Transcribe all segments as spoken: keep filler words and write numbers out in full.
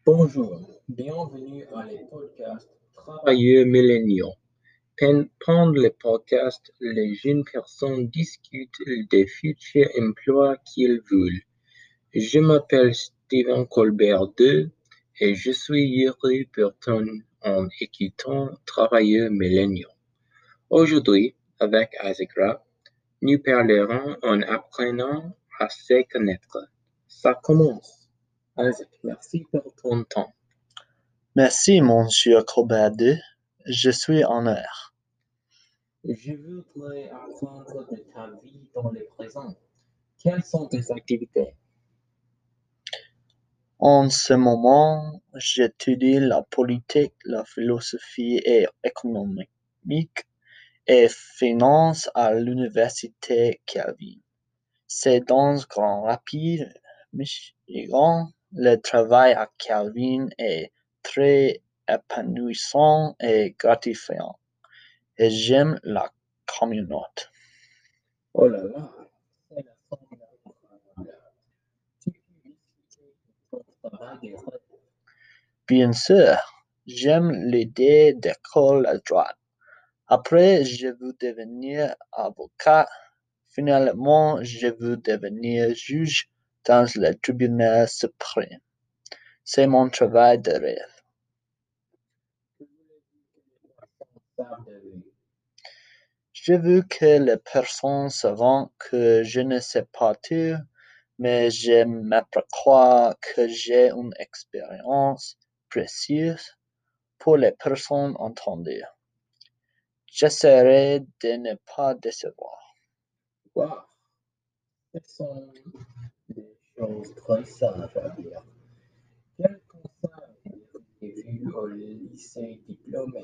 Bonjour, bienvenue à les podcasts Travailleurs milléniaux. Pen- Pendant le podcast, les jeunes personnes discutent des futurs emplois qu'ils veulent. Je m'appelle Steven Colbert deux et je suis heureux pour ton en écoutant Travailleurs milléniaux. Aujourd'hui, avec Azekra, nous parlerons en apprenant à se connaître. Ça commence. Isaac, merci pour ton temps. Merci, monsieur Colbert deux. Je suis en heure. Je voudrais apprendre de ta vie dans le présent. Quelles sont tes activités? En ce moment, j'étudie la politique, la philosophie et économique et finance à l'université Calvin. C'est dans Grand Rapids, Michigan. Le travail à Calvin est très épanouissant et gratifiant, et j'aime la communauté. Oh là là, c'est la formidable. Tu peux expliquer ton travail de rêve. Bien sûr, j'aime l'idée d'école à droite. Après, je veux devenir avocat. Finalement, je veux devenir juge dans le tribunal suprême. C'est mon travail de rêve. Que voulez-vous que les personnes savent de lui? Je veux que les personnes savent que je ne sais pas tout, mais je m'aperçois que j'ai une expérience précieuse pour les personnes entendues. J'essaierai de ne pas décevoir. Wow, ce sont des choses très sages à dire. Quel conseil diriez-vous au lycée diplômé?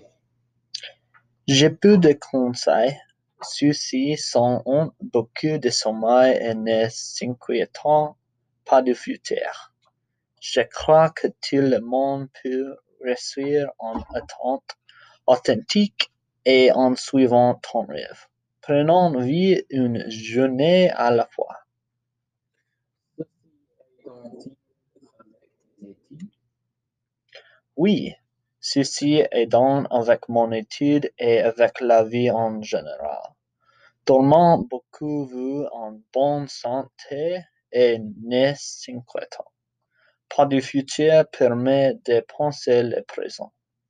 J'ai peu de conseils. Ceux-ci sont ont beaucoup de sommeil et ne s'inquiètent pas du futur. Je crois que tout le monde peut réussir en étant authentique et en suivant ton rêve. Prenons vie une journée à la fois. Ceci est identique avec tes études. Oui, ceci est dans avec mon étude et avec la vie en général. Dormant beaucoup veut en bonne santé et ne s'inquiétant pas du futur permet de penser le présent.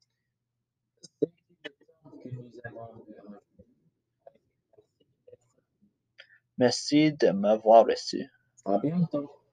C'est le temps que nous avons eu aujourd'hui. Merci de m'avoir reçu. À bientôt.